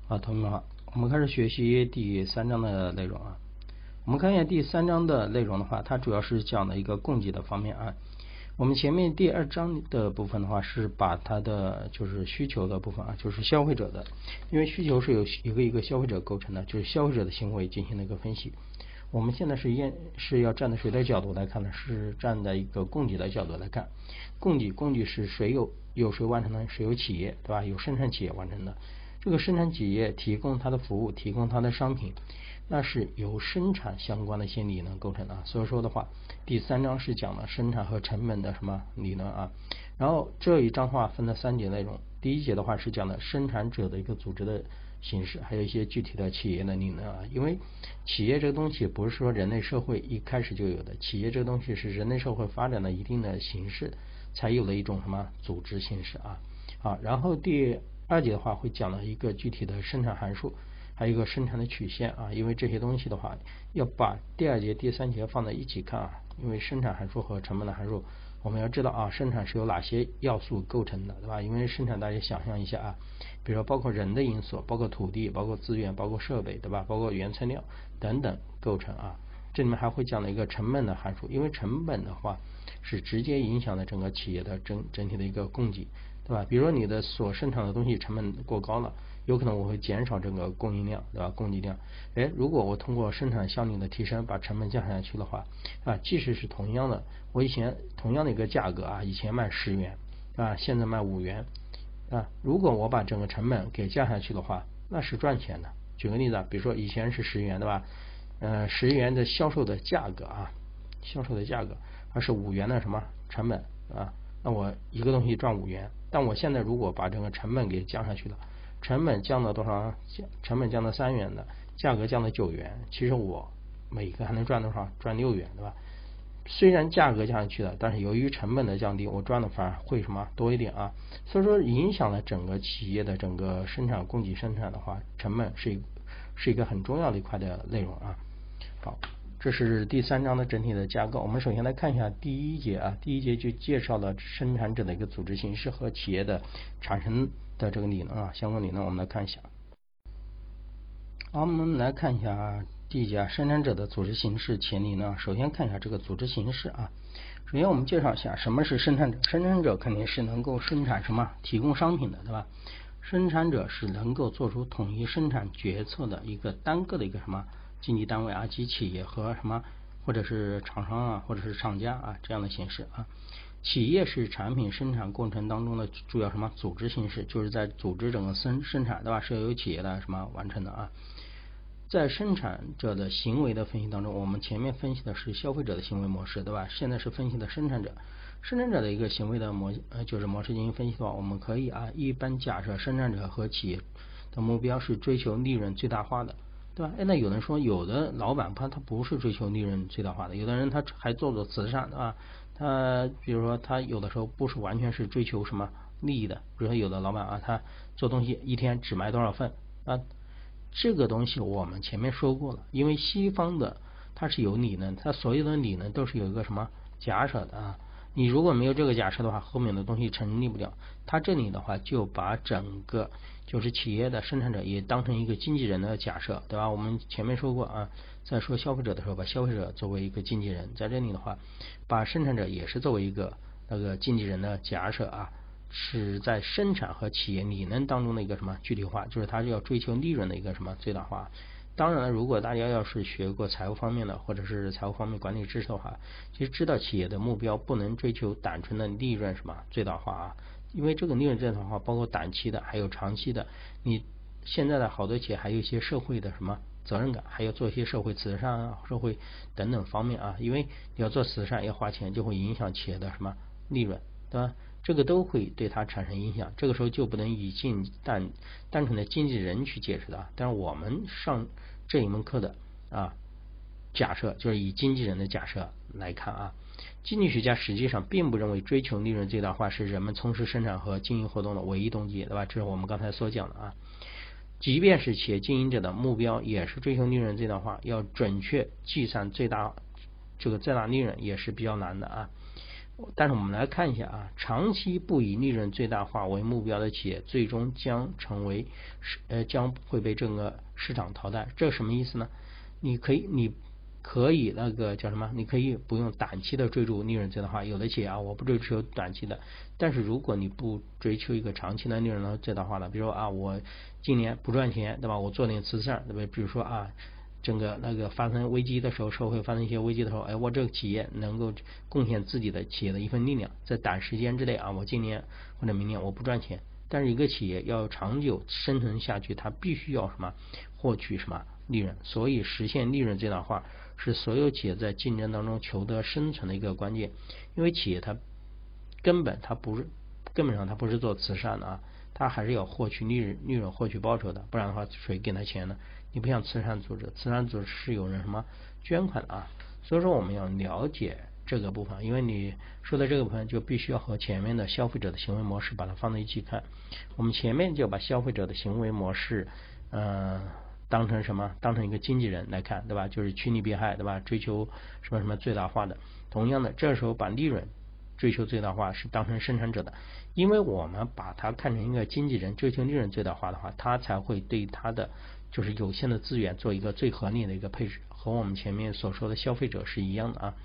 同学们好，我们开始学习第3章的内容啊。我们看一下第3章的内容的话，它主要是讲的一个供给的方面啊。我们前面第2章的部分的话，是把它的就是需求的部分啊，就是消费者的，因为需求是由一个消费者构成的，就是消费者的行为进行了一个分析。我们现在是要站在谁的角度来看呢？是站在一个供给的角度来看。供给是谁由谁完成的？是由企业，对吧？由生产企业完成的。这个生产企业提供它的服务，提供它的商品，那是由生产相关的一些理论构成的。所以说的话，第3章是讲了生产和成本的什么理论啊。然后这一章的话分了3节内容，第1节的话是讲的生产者的一个组织的形式，还有一些具体的企业的理论啊。因为企业这个东西不是说人类社会一开始就有的，企业这个东西是人类社会发展的一定的形式才有了一种什么组织形式啊。然后第2节的话会讲了一个具体的生产函数，还有一个生产的曲线啊。因为这些东西的话要把第2节第3节放在一起看啊。因为生产函数和成本的函数，我们要知道啊，生产是由哪些要素构成的，对吧？因为生产大家想象一下啊，比如说包括人的因素，包括土地，包括资源，包括设备，对吧？包括原材料等等构成啊。这里面还会讲了一个成本的函数，因为成本的话是直接影响了整个企业的整体的一个供给，对吧？比如说你的所生产的东西成本过高了，有可能我会减少这个供应量，对吧？供给量。如果我通过生产效率的提升把成本降下去的话即使是同样的，我以前同样的一个价格啊，以前卖10元现在卖5元如果我把整个成本给降下去的话，那是赚钱的。举个例子比如说以前是10元，对吧？10元的销售的价格而是5元的什么成本那我一个东西赚5元，但我现在如果把整个成本给降下去了，成本降到多少？成本降到3元的，价格降到9元，其实我每个还能赚多少？赚6元，对吧？虽然价格降下去了，但是由于成本的降低，我赚的反而会什么多一点啊。所以说影响了整个企业的整个生产供给生产的话，成本是一个很重要的一块的内容啊。好，这是第3章的整体的架构。我们首先来看一下第1节啊。第1节就介绍了生产者的一个组织形式和企业的产生的这个理论相关理论。我们来看一下。好，我们来看一下第1节生产者的组织形式前理论。首先看一下这个组织形式啊。首先我们介绍一下什么是生产者。生产者肯定是能够生产什么？提供商品的，对吧？生产者是能够做出统一生产决策的一个单个的一个什么经济单位及企业和什么或者是厂商或者是厂家这样的形式啊。企业是产品生产过程当中的主要什么组织形式，就是在组织整个生产，对吧？是由企业来什么完成的啊。在生产者的行为的分析当中，我们前面分析的是消费者的行为模式，对吧？现在是分析的生产者的一个行为的模式进行分析的话，我们可以一般假设生产者和企业的目标是追求利润最大化的，对吧？那有人说有的老板他不是追求利润最大化的，有的人他还做慈善，对吧？他比如说他有的时候不是完全是追求什么利益的，比如说有的老板他做东西一天只卖多少份这个东西我们前面说过了，因为西方的它是有理论，它所有的理论都是有一个什么假设的你如果没有这个假设的话，后面的东西成立不了。它这里的话就把整个就是企业的生产者也当成一个经纪人的假设，对吧？我们前面说过在说消费者的时候，把消费者作为一个经纪人，在这里的话把生产者也是作为一个那个经纪人的假设是在生产和企业理论当中的一个什么具体化，就是它要追求利润的一个什么最大化。当然了，如果大家要是学过财务方面的或者是财务方面管理知识的话，其实知道企业的目标不能追求单纯的利润什么最大化因为这个利润最大化包括短期的还有长期的。你现在的好多企业还有一些社会的什么责任感，还要做一些社会慈善社会等等方面因为你要做慈善要花钱，就会影响企业的什么利润，对吧？这个都会对它产生影响，这个时候就不能以单纯的经纪人去解释的。但是我们上这一门课的假设就是以经纪人的假设来看经济学家实际上并不认为追求利润最大化是人们从事生产和经营活动的唯一动机，对吧？这是我们刚才所讲的即便是企业经营者的目标也是追求利润最大化，要准确计算最大利润也是比较难的但是我们来看一下啊，长期不以利润最大化为目标的企业，最终将成为将会被这个市场淘汰。这什么意思呢？你可以那个叫什么？你可以不用短期的追逐利润最大化。有的企业啊，我不追求短期的，但是如果你不追求一个长期的利润最大化的，比如说啊，我今年不赚钱，对吧？我做点慈善，对吧？比如说啊，整个那个发生危机的时候，社会发生一些危机的时候，我这个企业能够贡献自己的企业的一份力量，在短时间之内啊，我今年或者明年我不赚钱，但是一个企业要长久生存下去，它必须要什么？获取什么利润？所以实现利润最大化是所有企业在竞争当中求得生存的一个关键。因为企业它根本上它不是做慈善的啊，它还是要获取利润获取报酬的，不然的话谁给他钱呢？你不像慈善组织是有人什么捐款的啊。所以说我们要了解这个部分，因为你说的这个部分就必须要和前面的消费者的行为模式把它放在一起看。我们前面就把消费者的行为模式当成什么？当成一个经纪人来看，对吧？就是趋利避害，对吧？追求什么最大化的。同样的，这时候把利润追求最大化是当成生产者的，因为我们把它看成一个经纪人，追求利润最大化的话，他才会对他的就是有限的资源做一个最合理的一个配置，和我们前面所说的消费者是一样的啊。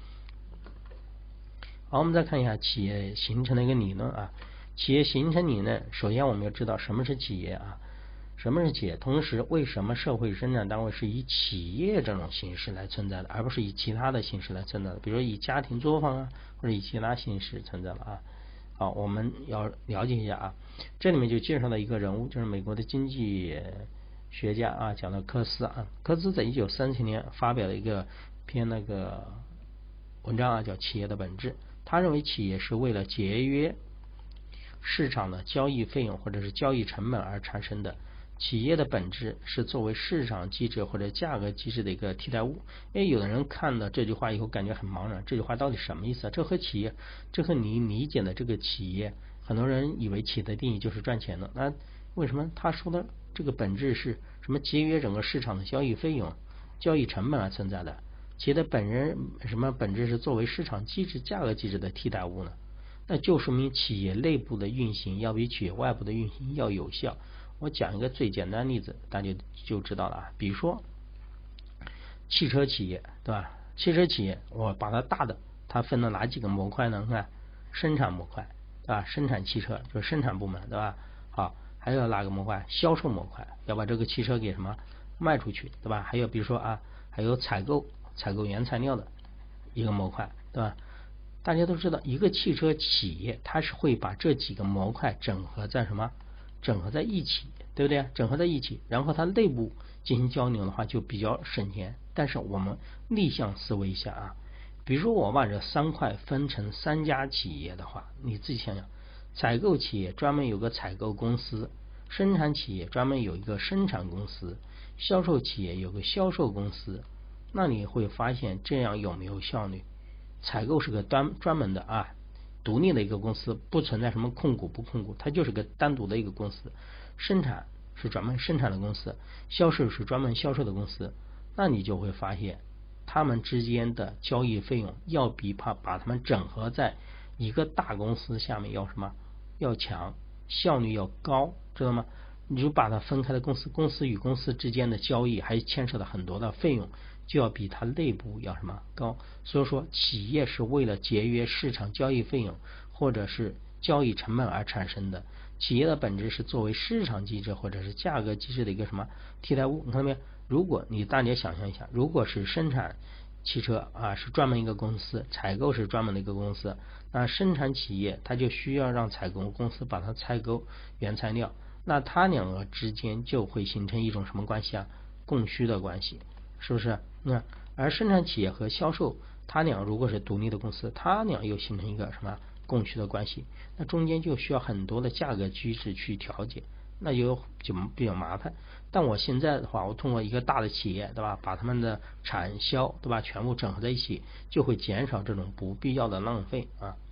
好，我们再看一下企业形成的一个理论啊。企业形成理论，首先我们要知道什么是企业啊。什么是企业？同时，为什么社会生产单位是以企业这种形式来存在的，而不是以其他的形式来存在的？比如以家庭作坊啊，或者以其他形式存在了啊。好，我们要了解一下啊。这里面就介绍了一个人物，就是美国的经济学家啊，讲的科斯啊。科斯在1937年发表了一个篇那个文章啊，叫《企业的本质》。他认为企业是为了节约市场的交易费用或者是交易成本而产生的。企业的本质是作为市场机制或者价格机制的一个替代物。有的人看了这句话以后感觉很茫然，这句话到底什么意思啊？这和你理解的这个企业，很多人以为企业的定义就是赚钱的，那为什么他说的这个本质是什么节约整个市场的交易费用、交易成本而存在的？企业的本质是作为市场机制、价格机制的替代物呢？那就说明企业内部的运行要比企业外部的运行要有效。我讲一个最简单的例子，大家就知道了啊。比如说汽车企业，对吧？汽车企业我把它大的，它分了哪几个模块呢？看生产模块，对吧？生产汽车就是生产部门，对吧？好，还有哪个模块？销售模块，要把这个汽车给什么卖出去，对吧？还有比如说啊，还有采购原材料的一个模块，对吧？大家都知道，一个汽车企业它是会把这几个模块整合在一起，对不对？整合在一起，然后它内部进行交流的话就比较省钱。但是我们逆向思维一下啊，比如说我把这3块分成3家企业的话，你自己想想，采购企业专门有个采购公司，生产企业专门有一个生产公司，销售企业有个销售公司，那你会发现这样有没有效率？采购是个专门的啊独立的一个公司，不存在什么控股不控股，它就是个单独的一个公司。生产是专门生产的公司，销售是专门销售的公司，那你就会发现他们之间的交易费用要比把他们整合在一个大公司下面要什么要强，效率要高，知道吗？你就把它分开的公司与公司之间的交易还牵涉到很多的费用，就要比它内部要什么高。所以说企业是为了节约市场交易费用或者是交易成本而产生的。企业的本质是作为市场机制或者是价格机制的一个什么替代物。你看到没有？如果大家想象一下，如果是生产汽车啊是专门一个公司，采购是专门的一个公司，那生产企业它就需要让采购公司把它采购原材料，那它两个之间就会形成一种什么关系啊？供需的关系，是不是？那而生产企业和销售，它俩如果是独立的公司，它俩又形成一个什么供需的关系？那中间就需要很多的价格机制去调节，那就比较麻烦。但我现在的话，我通过一个大的企业，对吧，把他们的产销，对吧，全部整合在一起，就会减少这种不必要的浪费啊。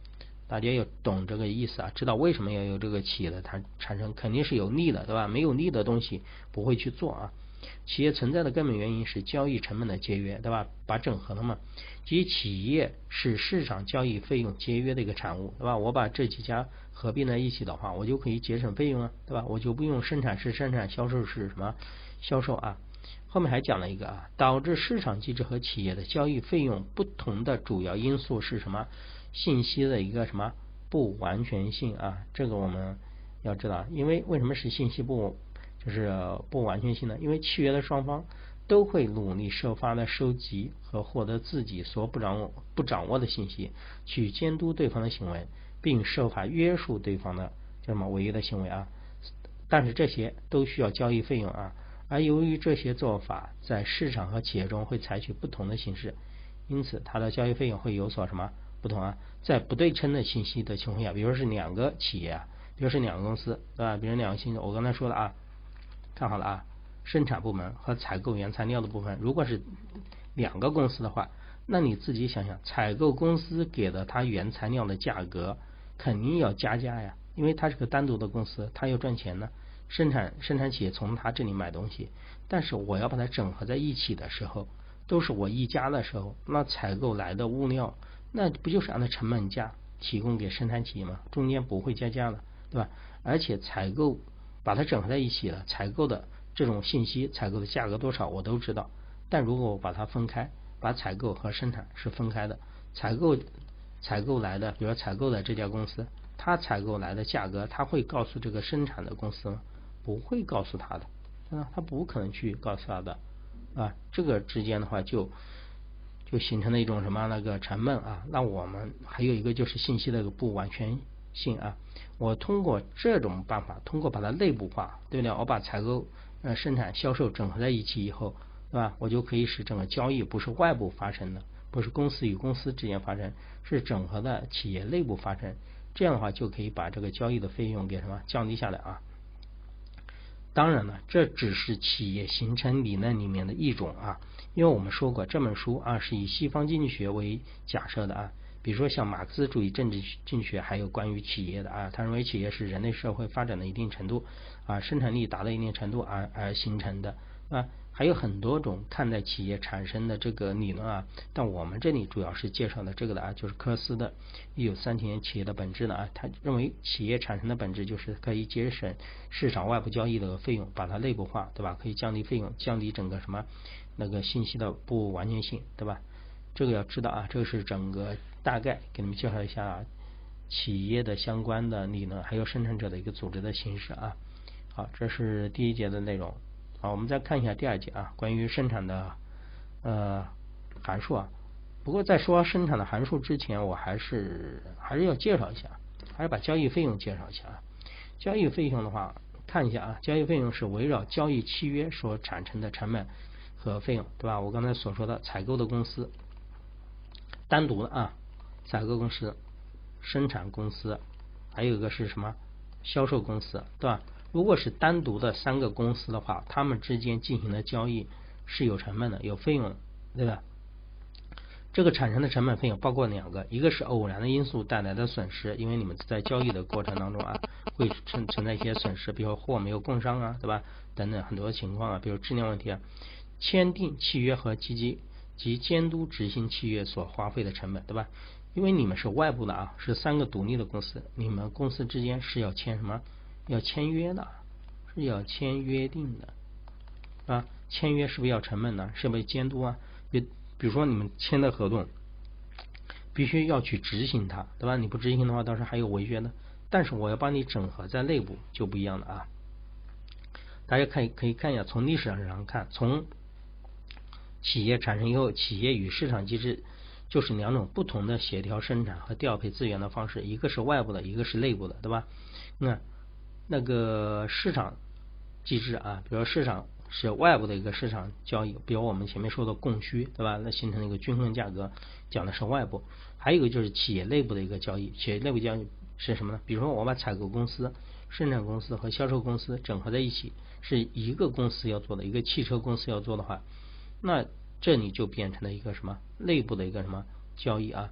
大家要懂这个意思啊，知道为什么要有这个企业的它产生，肯定是有利的，对吧？没有利的东西不会去做啊。企业存在的根本原因是交易成本的节约，对吧？把整合了嘛，即企业是市场交易费用节约的一个产物，对吧？我把这几家合并在一起的话，我就可以节省费用啊，对吧？我就不用生产是生产，销售是什么销售啊。后面还讲了一个啊，导致市场机制和企业的交易费用不同的主要因素是什么？信息的一个什么不完全性啊？这个我们要知道，因为为什么是信息就是不完全性呢？因为契约的双方都会努力设法的收集和获得自己所不掌握的信息，去监督对方的行为，并设法约束对方的叫什么违约的行为啊。但是这些都需要交易费用啊。而由于这些做法在市场和企业中会采取不同的形式，因此它的交易费用会有所什么不同啊？在不对称的信息的情况下，比如是两个企业啊，比如是两个公司，对吧？比如两个信息，我刚才说了啊，看好了啊，生产部门和采购原材料的部分，如果是两个公司的话，那你自己想想，采购公司给的它原材料的价格肯定要加价呀，因为它是个单独的公司，它要赚钱呢。生产企业从他这里买东西，但是我要把它整合在一起的时候，都是我一家的时候，那采购来的物料，那不就是按照成本价提供给生产企业吗？中间不会加价的，对吧？而且采购把它整合在一起了，采购的这种信息，采购的价格多少我都知道。但如果我把它分开，把采购和生产是分开的，采购来的，比如说采购的这家公司，它采购来的价格，它会告诉这个生产的公司吗？不会告诉他的，他不可能去告诉他的啊。这个之间的话就形成了一种什么那个成本啊。那我们还有一个就是信息的一个不完全性啊。我通过这种办法，通过把它内部化，对不对？我把采购、生产、销售整合在一起以后，对吧？我就可以使整个交易不是外部发生的，不是公司与公司之间发生，是整合的企业内部发生。这样的话就可以把这个交易的费用给什么降低下来啊。当然了，这只是企业形成理论里面的一种啊，因为我们说过这本书啊是以西方经济学为假设的啊，比如说像马克思主义政治经济学，还有关于企业的啊，他认为企业是人类社会发展的一定程度啊，生产力达到一定程度而形成的啊。还有很多种看待企业产生的这个理论啊，但我们这里主要是介绍的这个的啊，就是科斯的1937年企业的本质的啊，他认为企业产生的本质就是可以节省市场外部交易的费用，把它内部化，对吧？可以降低费用，降低整个什么那个信息的不完全性，对吧？这个要知道啊，这个是整个大概给你们介绍一下企业的相关的理论，还有生产者的一个组织的形式啊。好，这是第一节的内容。好，我们再看一下第二节啊，关于生产的函数啊。不过在说生产的函数之前，我还是要介绍一下，还是把交易费用介绍一下啊。交易费用的话，看一下啊，交易费用是围绕交易契约所产生的成本和费用，对吧？我刚才所说的采购的公司，单独的啊，采购公司、生产公司，还有一个是什么？销售公司，对吧？如果是单独的三个公司的话，他们之间进行的交易是有成本的，有费用的，对吧？这个产生的成本费用包括两个，一个是偶然的因素带来的损失，因为你们在交易的过程当中啊，会存在一些损失，比如货没有供上啊，对吧？等等很多情况啊，比如质量问题啊，签订契约和及监督执行契约所花费的成本，对吧？因为你们是外部的啊，是三个独立的公司，你们公司之间是要签什么？要签约的，是要签约定的啊。签约是不是要成本呢？是不是监督啊？比如说你们签的合同必须要去执行它，对吧？你不执行的话，到时候还有违约的。但是我要帮你整合在内部就不一样了啊。大家可以看一下，从历史上看，从企业产生以后，企业与市场机制就是两种不同的协调生产和调配资源的方式，一个是外部的，一个是内部的，对吧？那个市场机制啊，比如市场是外部的一个市场交易，比如我们前面说的供需，对吧？那形成一个均衡价格，讲的是外部。还有一个就是企业内部的一个交易，企业内部交易是什么呢？比如说我把采购公司、生产公司和销售公司整合在一起，是一个公司要做的，一个汽车公司要做的话，那这里就变成了一个什么内部的一个什么交易啊？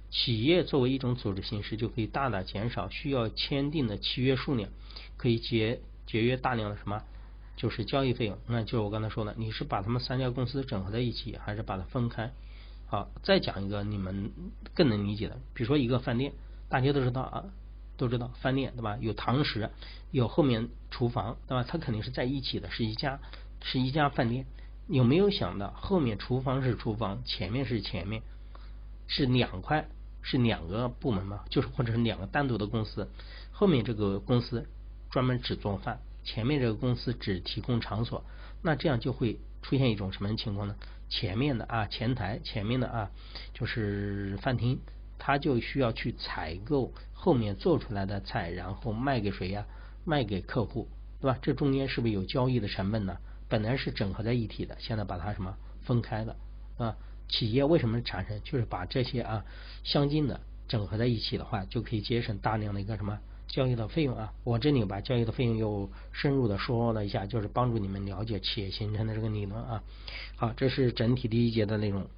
企业作为一种组织形式，就可以大大减少需要签订的契约数量，可以节约大量的什么，就是交易费用。那就是我刚才说的，你是把他们3家公司整合在一起，还是把它分开？好，再讲一个你们更能理解的，比如说一个饭店，大家都知道啊，饭店对吧？有堂食，有后面厨房对吧？它肯定是在一起的，是一家饭店。有没有想到后面厨房是厨房，前面是前面，是两个部门嘛？就是或者是2个单独的公司，后面这个公司专门只做饭，前面这个公司只提供场所。那这样就会出现一种什么情况呢？前面的前台，前面的就是饭厅，他就需要去采购后面做出来的菜，然后卖给谁呀？卖给客户，对吧？这中间是不是有交易的成本呢？本来是整合在一起的，现在把它什么分开了啊？企业为什么产生？就是把这些相近的整合在一起的话，就可以节省大量的一个什么交易的费用啊。我这里把交易的费用又深入的说了一下，就是帮助你们了解企业形成的这个理论啊。好，这是整体第1节的内容。